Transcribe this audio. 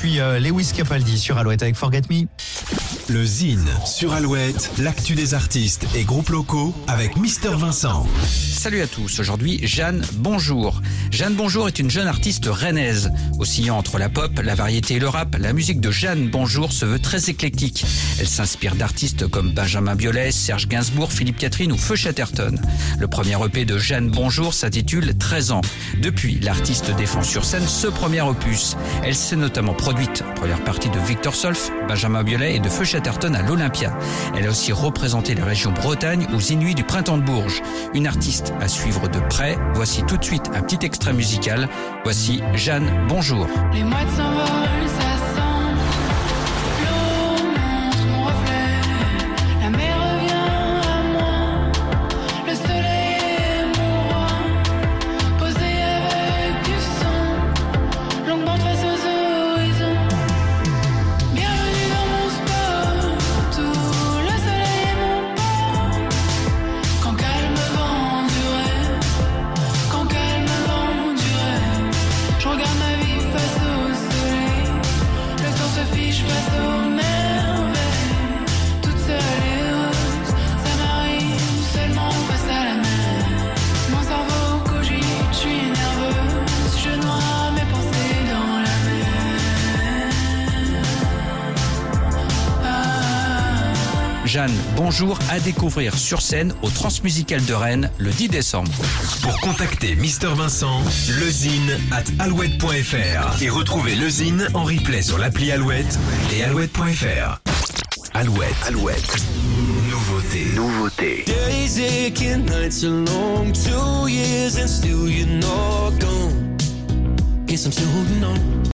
puis Lewis Capaldi sur Alouette avec Forget Me. Le Zine sur Alouette, l'actu des artistes et groupes locaux avec Mister Vincent. Salut à tous, aujourd'hui Jeanne Bonjour. Jeanne Bonjour est une jeune artiste rennaise. Oscillant entre la pop, la variété et le rap, la musique de Jeanne Bonjour se veut très éclectique. Elle s'inspire d'artistes comme Benjamin Biolay, Serge Gainsbourg, Philippe Catherine ou Feu Chatterton. Le premier EP de Jeanne Bonjour s'intitule 13 ans. Depuis, l'artiste défend sur scène ce premier opus. Elle s'est notamment produite en première partie de Victor Solf, Benjamin Biolay et de Feu Chatterton à l'Olympia. Elle a aussi représenté la région Bretagne aux Inuits du Printemps de Bourges. Une artiste à suivre de près. Voici tout de suite un petit extrait musical. Voici Jeanne Bonjour. Les mouettes s'envolent, ça sent l'eau montre mon reflet. La mer revient à moi. Le soleil est mon roi. Posé avec du son. Longue bande face aux horizons. Bienvenue dans mon sport. Tout le soleil est mon port. Quand calme vent du rêve. Quand calme vent du rêve. Je regarde ma vie face au soleil. Le temps se fiche face aux merveilles. Toute seule et heureuse, ça m'arrive seulement face à la mer. Mon cerveau cogite, je suis nerveuse. Je noie mes pensées dans la mer. Jeanne Bonjour à découvrir sur scène au Transmusical de Rennes le 10 décembre. Pour contacter Mister Vincent, lezine@alouette.fr et retrouver le Zine en replay sur l'appli Alouette et alouette.fr. Alouette. Nouveauté. Days aching, nights are long, 2 years and still you're not gone. Guess I'm still holding on.